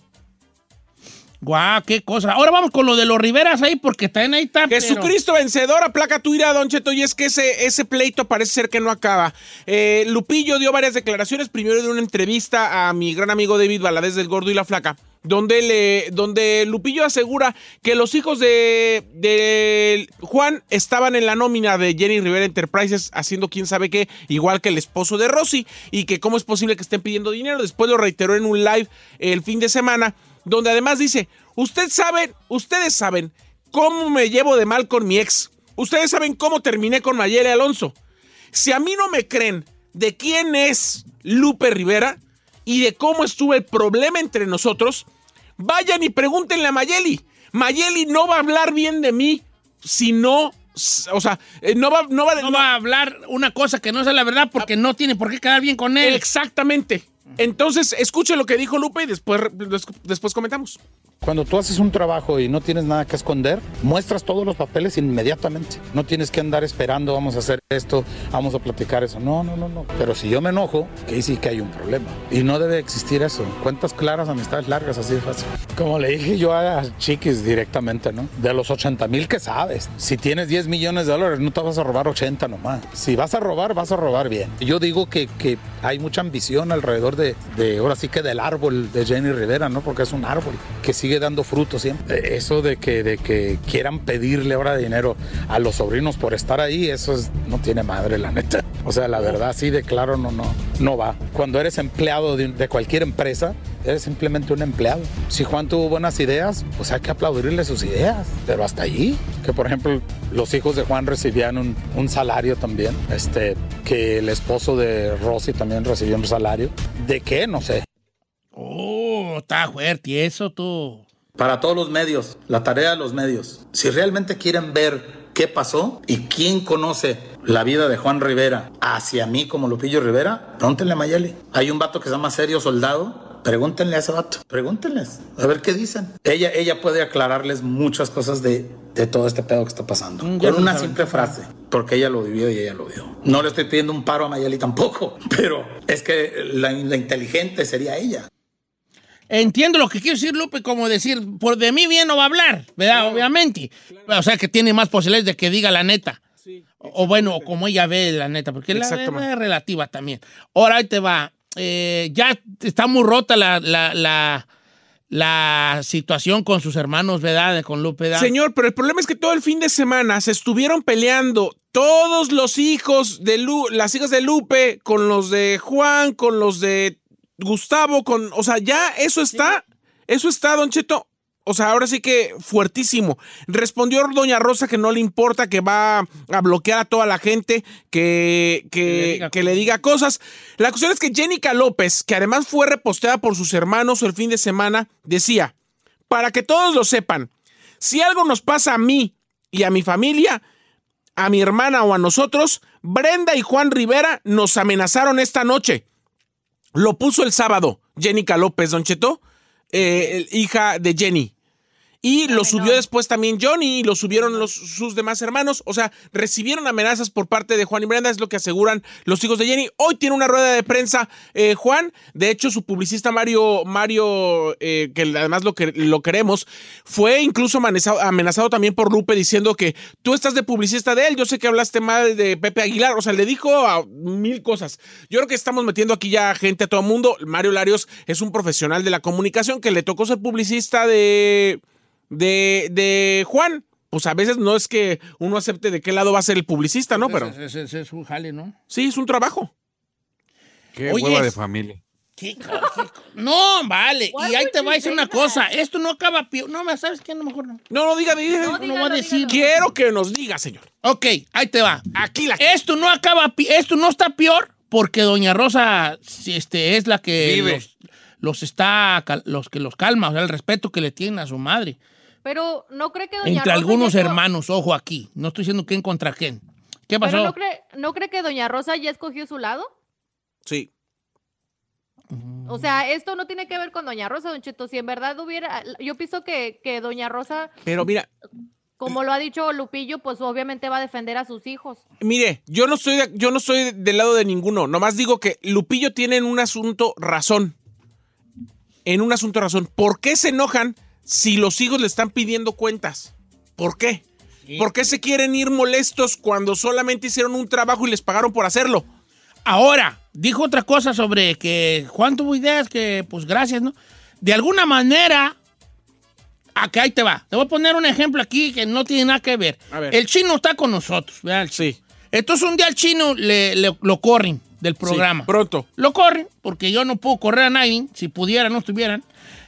S3: Guau, qué cosa. Ahora vamos con lo de los Riveras ahí, porque también ahí está. pero-
S5: Jesucristo vencedor, aplaca tu ira, Don Cheto, y es que ese, ese pleito parece ser que no acaba. Eh, Lupillo dio varias declaraciones, primero de una entrevista a mi gran amigo David Valadez del Gordo y la Flaca, donde, le, donde Lupillo asegura que los hijos de, de Juan estaban en la nómina de Jenny Rivera Enterprises haciendo quién sabe qué, igual que el esposo de Rosy, y que cómo es posible que estén pidiendo dinero. Después lo reiteró en un live el fin de semana, donde además dice, usted saben, ustedes saben cómo me llevo de mal con mi ex. Ustedes saben cómo terminé con Mayeli Alonso. Si a mí no me creen de quién es Lupe Rivera y de cómo estuvo el problema entre nosotros, vayan y pregúntenle a Mayeli. Mayeli no va a hablar bien de mí si no, o sea, eh, no va, no va,
S3: No va a hablar una cosa que no sea la verdad porque no tiene por qué quedar bien con él.
S5: Exactamente. Entonces, escuche lo que dijo Lupe y después, des- después comentamos.
S14: Cuando tú haces un trabajo y no tienes nada que esconder, muestras todos los papeles inmediatamente. No tienes que andar esperando, vamos a hacer esto, vamos a platicar eso. No, no, no, no. Pero si yo me enojo, que sí que hay un problema. Y no debe existir eso. Cuentas claras, amistades largas, así de fácil. Como le dije yo a Chiquis directamente, ¿no? De los ochenta mil que sabes. Si tienes diez millones de dólares, no te vas a robar ochenta nomás. Si vas a robar, vas a robar bien. Yo digo que, que hay mucha ambición alrededor de, de, ahora sí que del árbol de Jenny Rivera, ¿no? Porque es un árbol que sigue dando frutos siempre. Eso de que, de que quieran pedirle ahora dinero a los sobrinos por estar ahí, eso es, no tiene madre, la neta. O sea, la verdad, sí de claro, no, no, no va. Cuando eres empleado de, de cualquier empresa, eres simplemente un empleado. Si Juan tuvo buenas ideas, pues hay que aplaudirle sus ideas, pero hasta allí. Que por ejemplo, los hijos de Juan recibían un, un salario también, este, que el esposo de Rosy también recibió un salario. ¿De qué? No sé.
S3: Oh, está fuerte eso, tú.
S14: Para todos los medios, la tarea de los medios. Si realmente quieren ver qué pasó y quién conoce la vida de Juan Rivera hacia mí como Lupillo Rivera, pregúntenle a Mayeli. Hay un vato que se llama Serio Soldado. Pregúntenle a ese vato. Pregúntenles. A ver qué dicen. Ella, ella puede aclararles muchas cosas de, de todo este pedo que está pasando. Mm, con una simple frase. Porque ella lo vivió y ella lo vio. No le estoy pidiendo un paro a Mayeli tampoco. Pero es que la, la inteligente sería ella.
S3: Entiendo lo que quiero decir, Lupe, como decir, por de mí bien no va a hablar, ¿verdad? Claro, obviamente. Claro. O sea, que tiene más posibilidades de que diga la neta. Sí, o, o bueno, como ella ve la neta, porque la es relativa también. Ahora ahí te va. Eh, ya está muy rota la, la, la, la situación con sus hermanos, ¿verdad? Con Lupe, ¿verdad?
S5: Señor, pero el problema es que todo el fin de semana se estuvieron peleando todos los hijos de Lu, las hijas de Lupe, con los de Juan, con los de Gustavo, con, o sea, ya eso está, sí. eso está, Don Cheto, o sea, ahora sí que fuertísimo. Respondió doña Rosa que no le importa, que va a bloquear a toda la gente, que, que, que, le, diga que le diga cosas. La cuestión es que Jenica López, que además fue reposteada por sus hermanos el fin de semana, decía, para que todos lo sepan, si algo nos pasa a mí y a mi familia, a mi hermana o a nosotros, Brenda y Juan Rivera nos amenazaron esta noche. Lo puso el sábado, Jenica López, Don Cheto, eh, hija de Jenny. Y lo subió después también Johnny y lo subieron los, sus demás hermanos. O sea, recibieron amenazas por parte de Juan y Brenda, es lo que aseguran los hijos de Jenny. Hoy tiene una rueda de prensa eh, Juan. De hecho, su publicista Mario, Mario eh, que además lo, que, lo queremos, fue incluso amenazado, amenazado también por Lupe diciendo que tú estás de publicista de él. Yo sé que hablaste mal de Pepe Aguilar. O sea, le dijo a mil cosas. Yo creo que estamos metiendo aquí ya gente a todo el mundo. Mario Larios es un profesional de la comunicación que le tocó ser publicista de... De, de Juan, pues a veces no es que uno acepte de qué lado va a ser el publicista, ¿no? Pero
S3: es, es, es un jale, ¿no?
S5: Sí, es un trabajo.
S7: Qué Oye, hueva de familia.
S3: ¿Qué, qué, no, vale. Y ahí te voy a decir una cosa. Esto no acaba peor. No, ¿sabes qué? A lo mejor no.
S5: No, no, diga, diga.
S3: No, no, no voy a decir.
S5: Quiero que nos diga, señor.
S3: Ok, ahí te va.
S5: Aquí la...
S3: Esto no acaba, esto no está peor porque doña Rosa este, es la que
S5: Vive.
S3: Los, los está, los que los calma, o sea, el respeto que le tienen a su madre.
S6: Pero no cree que doña
S3: Entre
S6: Rosa
S3: algunos
S6: ya...
S3: hermanos, ojo aquí. No estoy diciendo quién contra quién. ¿Qué pasó?
S6: ¿Pero no cree, no cree que doña Rosa ya escogió su lado?
S5: Sí.
S6: O sea, esto no tiene que ver con doña Rosa, Don Cheto. Si en verdad hubiera... Yo pienso que, que doña Rosa...
S5: Pero mira...
S6: Como lo ha dicho Lupillo, pues obviamente va a defender a sus hijos.
S5: Mire, yo no estoy, de, yo no estoy del lado de ninguno. Nomás digo que Lupillo tiene en un asunto razón. En un asunto razón. ¿Por qué se enojan si los hijos le están pidiendo cuentas? ¿Por qué? Sí. ¿Por qué se quieren ir molestos cuando solamente hicieron un trabajo y les pagaron por hacerlo?
S3: Ahora, dijo otra cosa sobre que Juan tuvo ideas que, pues gracias, ¿no? De alguna manera, acá ahí te va. Te voy a poner un ejemplo aquí que no tiene nada que ver.
S5: A ver.
S3: El chino está con nosotros, ¿verdad?
S5: Sí.
S3: Entonces un día al chino le, le, lo corren del programa.
S5: Sí, pronto.
S3: Lo corren porque yo no puedo correr a nadie. Si pudiera, no estuvieran.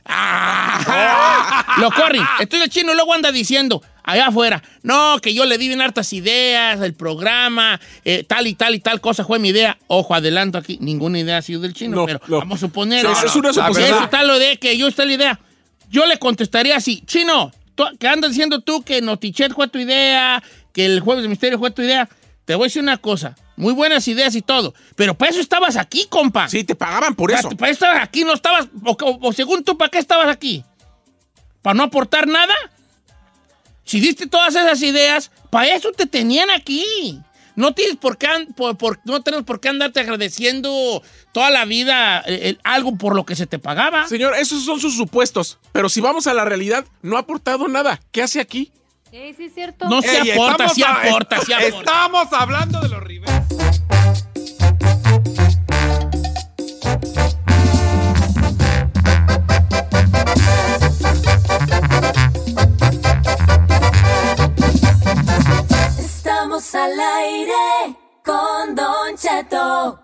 S3: ¡Ah! Lo corren. Entonces el chino luego anda diciendo allá afuera, no, que yo le di bien hartas ideas del programa, eh, tal y tal y tal cosa fue mi idea. Ojo, adelanto aquí, ninguna idea ha sido del chino,
S5: no,
S3: pero
S5: no.
S3: vamos a suponer.
S5: Sí,
S3: no,
S5: es una suposición.
S3: Eso está lo de que yo está la idea. Yo le contestaría así, chino, tú, que andas diciendo tú que Notichet fue tu idea, que el Jueves de Misterio fue tu idea. Te voy a decir una cosa, muy buenas ideas y todo, pero para eso estabas aquí, compa.
S5: Sí, te pagaban por eso.
S3: Para, para eso estabas aquí, no estabas, o, o, o según tú, ¿para qué estabas aquí? ¿Para no aportar nada? Si diste todas esas ideas, para eso te tenían aquí. No tienes por qué, por, por, no tenemos por qué andarte agradeciendo toda la vida eh, algo por lo que se te pagaba.
S5: Señor, esos son sus supuestos. Pero si vamos a la realidad, no ha aportado nada. ¿Qué hace aquí?
S6: Sí, sí es cierto.
S3: No se
S7: Ey,
S3: aporta, sí
S7: estamos a-
S3: aporta, sí aporta.
S7: Estamos hablando de los Rivera.
S10: Estamos al aire con Don Cheto.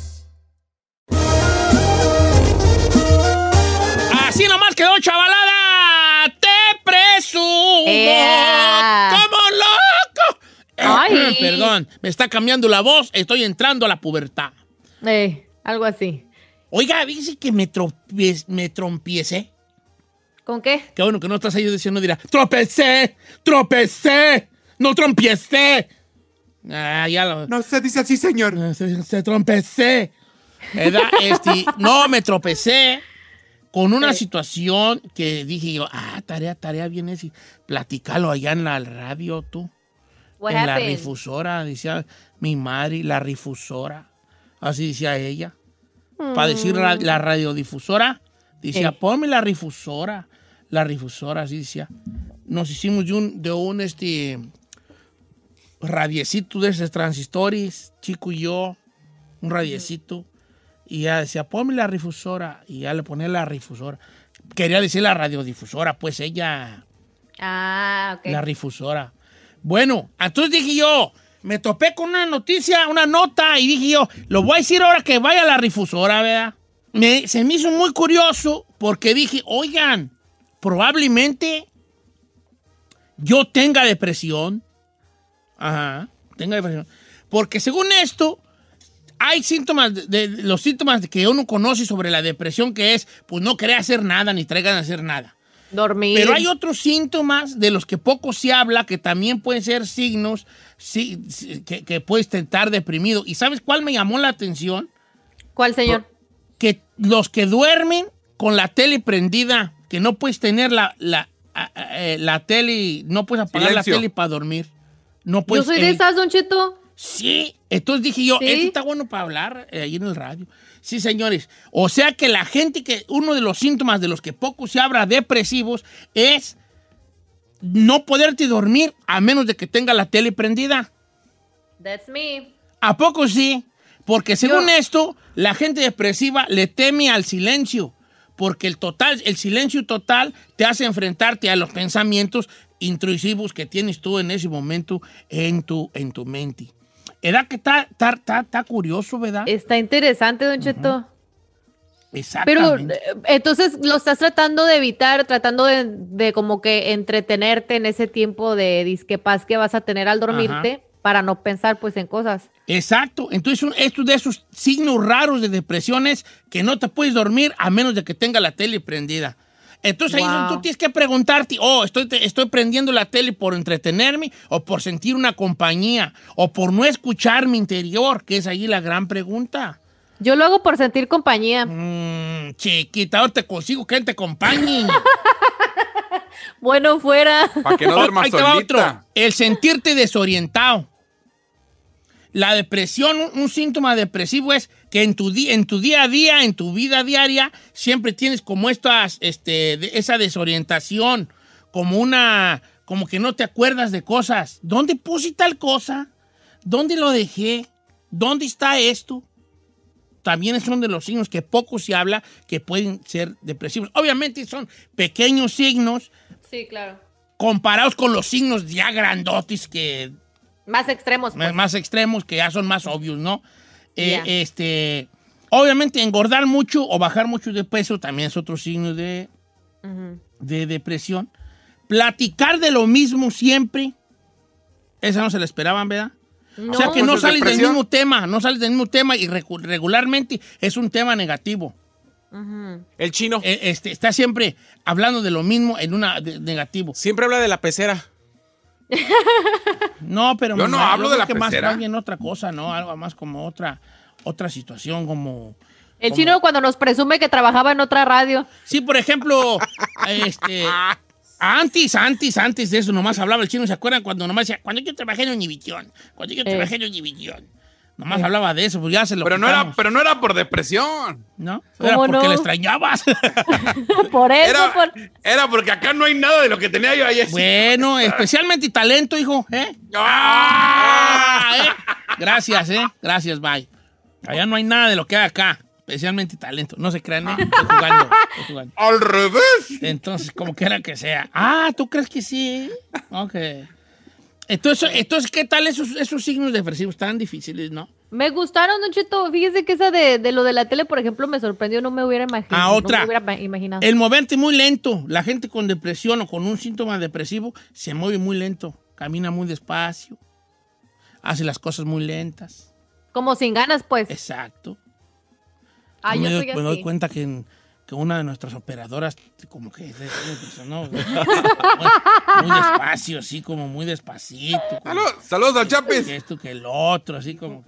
S3: Así nomás quedó, chavalada. Te presumo
S6: Ea.
S3: como loco.
S6: Ay.
S3: Perdón, me está cambiando la voz. Estoy entrando a la pubertad.
S6: Eh, algo así.
S3: Oiga, dice que me, tropie- me trompiecé.
S6: ¿Con qué?
S3: Qué bueno que no estás ahí diciendo, dirá, tropecé, tropecé, no trompiecé. Ah, ya lo...
S7: No se dice así, señor.
S3: Se, se trompecé. ¿Verdad? Este, no, me tropecé con una
S6: Sí.
S3: situación que dije yo, ah, tarea, tarea, vienes y platícalo allá en la radio, tú.
S6: What
S3: en la
S6: happened?
S3: rifusora, decía mi madre, la rifusora. Así decía ella. Para decir
S6: Mm.
S3: ra- la radiodifusora, decía,
S6: Eh.
S3: ponme la rifusora. La rifusora, así decía. Nos hicimos de un, de un este, radiecito de esos transistores, Chico y yo, un radiecito. Y ella decía, ponme la rifusora. Y ya le ponía la rifusora. Quería decir la radiodifusora, pues ella,
S6: Ah, ok.
S3: la rifusora. Bueno, entonces dije yo, me topé con una noticia, una nota, y dije yo, lo voy a decir ahora que vaya a la rifusora, ¿verdad? Me, se me hizo muy curioso porque dije, oigan, probablemente yo tenga depresión. Ajá, tenga depresión. Porque según esto, hay síntomas, de, de- los síntomas que uno conoce sobre la depresión, que es, pues no querer hacer nada ni traigan a hacer nada.
S6: Dormir.
S3: Pero hay otros síntomas de los que poco se habla, que también pueden ser signos sí, sí, que, que puedes estar deprimido. ¿Y sabes cuál me llamó la atención?
S6: ¿Cuál, señor?
S3: Que los que duermen con la tele prendida, que no puedes tener la, la, a- a- eh, la tele, no puedes apagar
S7: Silencio.
S3: la tele para dormir. No
S6: Yo
S3: puedes,
S6: soy de
S3: eh,
S6: esas, Don Cheto.
S3: Sí, entonces dije yo,
S6: ¿Sí?
S3: esto está bueno para hablar eh, ahí en el radio. Sí, señores. O sea que la gente que, uno de los síntomas de los que poco se habla depresivos es no poderte dormir a menos de que tenga la tele prendida.
S6: That's me.
S3: ¿A poco sí? Porque según
S6: Yo-
S3: esto, la gente depresiva le teme al silencio. Porque el total, el silencio total te hace enfrentarte a los pensamientos intrusivos que tienes tú en ese momento en tu, en tu mente. ¿Verdad que está, está, está, está curioso, verdad?
S6: Está interesante, Don Cheto. Pero
S3: Exactamente.
S6: eh, entonces lo estás tratando de evitar, tratando de, de como que entretenerte en ese tiempo de disque paz que vas a tener al dormirte para no pensar pues en cosas.
S3: Exacto. Entonces, un- estos de esos signos raros de depresión es que no te puedes dormir a menos de que tenga la tele prendida. Entonces, ahí es donde
S6: Wow.
S3: tú tienes que preguntarte, oh, estoy, te- estoy prendiendo la tele por entretenerme o por sentir una compañía o por no escuchar mi interior, que es ahí la gran pregunta.
S6: Yo lo hago por sentir compañía.
S3: Mm, chiquita, ahora te consigo que te acompañe.
S6: Bueno, fuera.
S7: Para que no duermas
S3: Ahí te va
S7: solita.
S3: otro. El sentirte desorientado. La depresión, un, un síntoma depresivo es que en tu, di- en tu día a día, en tu vida diaria, siempre tienes como estas, este, de- esa desorientación, como una, como que no te acuerdas de cosas. ¿Dónde puse tal cosa? ¿Dónde lo dejé? ¿Dónde está esto? También son de los signos que poco se habla que pueden ser depresivos. Obviamente son pequeños signos
S6: Sí, claro.
S3: comparados con los signos ya grandotes que
S6: Más extremos. Pues.
S3: más extremos que ya son más obvios, ¿no? Eh,
S6: Ya.
S3: Este, obviamente engordar mucho o bajar mucho de peso también es otro signo de,
S6: Ujú.
S3: de depresión. Platicar de lo mismo siempre, esa no se la esperaban, ¿verdad?
S6: No.
S3: O sea que
S7: Pues
S3: no
S7: es
S3: sales del
S7: depresión.
S3: mismo tema, no sales del mismo tema y recu- regularmente es un tema negativo.
S6: Ujú.
S5: El chino
S3: Eh, este, está siempre hablando de lo mismo en una de- negativo.
S5: siempre habla de la pecera.
S3: No, pero
S7: Yo no
S3: más-
S7: hablo
S3: yo
S7: de
S3: creo
S7: la
S3: que más,
S7: pecera.
S3: más bien otra cosa, ¿no? Algo más como otra, otra situación, como...
S6: El
S3: como-
S6: chino cuando nos presume que trabajaba en otra radio.
S3: Sí, por ejemplo, este, Antes, antes, antes de eso, nomás hablaba el chino. ¿Se acuerdan cuando nomás decía, cuando yo trabajé en Univision? Cuando yo
S7: Eh.
S3: trabajé en Univision. Nomás hablaba de eso, pues ya se lo
S7: Pero no, era,
S3: quitamos.
S7: pero no era por depresión.
S3: ¿No? Era porque
S6: no?
S3: le extrañabas.
S6: Por eso,
S7: Era,
S6: por...
S7: era porque acá no hay nada de lo que tenía yo ayer.
S3: Bueno, especialmente talento, hijo. ¿eh?
S7: ¡Ah!
S3: Ah, ¿eh? Gracias, ¿eh? Gracias, bye. Allá no hay nada de lo que hay acá. Especialmente talento. No se crean, ¿eh? Estoy jugando. Estoy jugando.
S7: Al revés.
S3: Entonces, como quiera que sea. Ah, ¿tú crees que sí? Ok. Entonces, entonces ¿qué tal esos, esos signos depresivos tan difíciles, no?
S6: Me gustaron, Don Cheto. Fíjese que esa de, de lo de la tele, por ejemplo, me sorprendió. No me hubiera imaginado.
S3: Ah, otra.
S6: No me hubiera imaginado.
S3: El moverte muy lento. La gente con depresión o con un síntoma depresivo se mueve muy lento. Camina muy despacio. Hace las cosas muy lentas.
S6: Como sin ganas, pues.
S3: Exacto.
S6: Ah,
S3: Yo
S6: yo
S3: me,
S6: soy
S3: doy, me
S6: así.
S3: doy cuenta que, que una de nuestras operadoras, como que ¿no? muy, muy despacio, así como muy despacito. Como,
S7: Salud, saludos al Chapis.
S3: Que esto, que el otro, así como.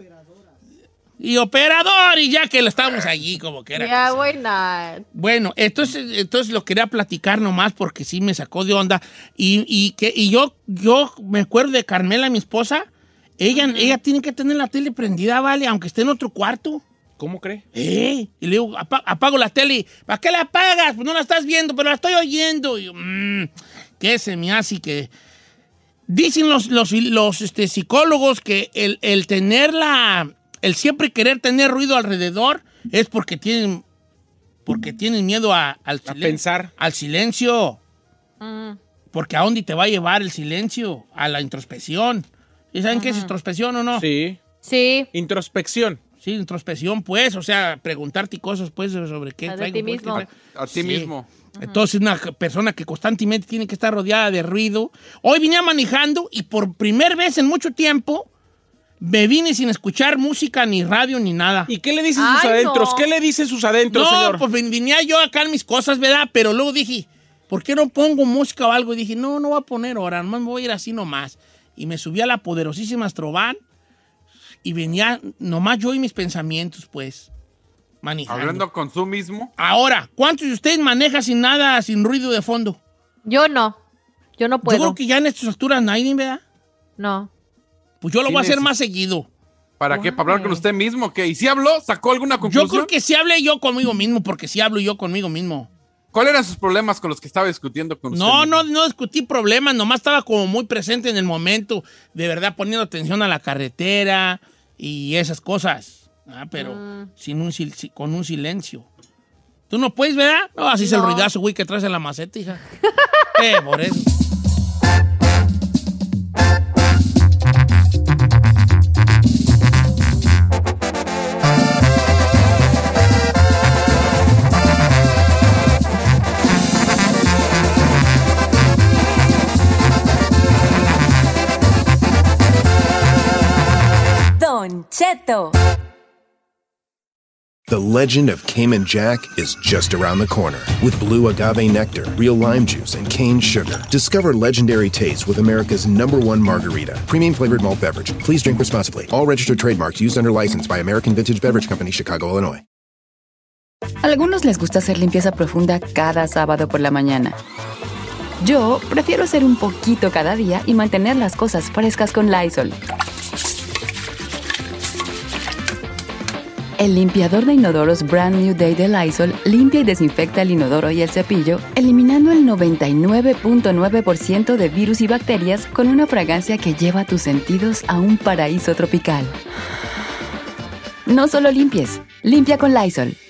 S3: Y operador, y ya que lo estamos allí, como que era.
S6: Ya, buena.
S3: Bueno, entonces, entonces lo quería platicar nomás porque sí me sacó de onda. Y, y, que, y yo, yo me acuerdo de Carmela, mi esposa. Ella, uh-huh. ella tiene que tener la tele prendida, ¿vale? Aunque esté en otro cuarto.
S5: ¿Cómo cree?
S3: Eh, y le digo, apa- apago la tele. ¿Para qué la apagas? Pues no la estás viendo, pero la estoy oyendo. Y yo, mmm, ¿qué se me hace que...? Dicen los, los, los este, psicólogos que el, el tener la... El siempre querer tener ruido alrededor es porque tienen... Porque tienen miedo a, al
S5: A
S3: silen-
S5: pensar.
S3: al silencio.
S6: Mm.
S3: Porque ¿a dónde te va a llevar el silencio? A la introspección. ¿Y saben qué es introspección o no?
S5: Sí.
S6: Sí.
S5: Introspección.
S3: Sí, introspección, pues, o sea, preguntarte cosas, pues, sobre qué
S6: A de
S3: traigo,
S6: ti
S3: pues, qué
S6: mismo.
S3: traigo.
S7: A ti
S3: Sí.
S7: mismo.
S3: Entonces, una persona que constantemente tiene que estar rodeada de ruido. Hoy venía manejando y por primera vez en mucho tiempo me vine sin escuchar música, ni radio, ni nada.
S5: ¿Y qué le dicen sus
S6: Ay,
S5: adentros?
S6: no.
S5: ¿Qué le dicen sus adentros,
S3: No,
S5: señor?
S3: pues venía yo acá en mis cosas, ¿verdad? Pero luego dije, ¿por qué no pongo música o algo? Y dije, no, no voy a poner ahora, nomás me voy a ir así nomás. Y me subí a la poderosísima Astrovan y venía nomás yo y mis pensamientos, pues, manejando.
S7: Hablando con su mismo.
S3: Ahora, ¿cuántos de ustedes manejan sin nada, sin ruido de fondo?
S6: Yo no. Yo no puedo.
S3: Yo creo que ya en estas alturas nadie, ¿verdad?
S6: No.
S3: Pues yo lo
S7: Sí,
S3: voy a hacer
S7: neces-
S3: más seguido.
S7: ¿Para qué? ¿Para hablar con usted mismo? ¿Qué? ¿Y si habló? ¿Sacó alguna conclusión?
S3: Yo creo que sí hablé yo conmigo mismo, porque sí hablo yo conmigo mismo.
S7: ¿Cuáles eran sus problemas con los que estaba discutiendo con usted
S3: No,
S7: mismo?
S3: no, no discutí problemas, nomás estaba como muy presente en el momento, de verdad poniendo atención a la carretera y esas cosas, ah, pero
S6: Mm.
S3: sin un, sil- si- con un silencio. ¿Tú no puedes, verdad? No, así es el
S6: No.
S3: ruidazo, güey, que traes en la maceta, hija. eh, por eso.
S10: Don Cheto.
S1: The legend of Cayman Jack is just around the corner. With blue agave nectar, real lime juice, and cane sugar. Discover legendary taste with America's number one margarita. Premium flavored malt beverage. Please drink responsibly. All registered trademarks used under license by American Vintage Beverage Company, Chicago, Illinois.
S2: Algunos les gusta hacer limpieza profunda cada sábado por la mañana. Yo prefiero hacer un poquito cada día y mantener las cosas frescas con Lysol. El limpiador de inodoros Brand New Day de Lysol limpia y desinfecta el inodoro y el cepillo, eliminando el noventa y nueve punto nueve por ciento de virus y bacterias con una fragancia que lleva tus sentidos a un paraíso tropical. No solo limpies, limpia con Lysol.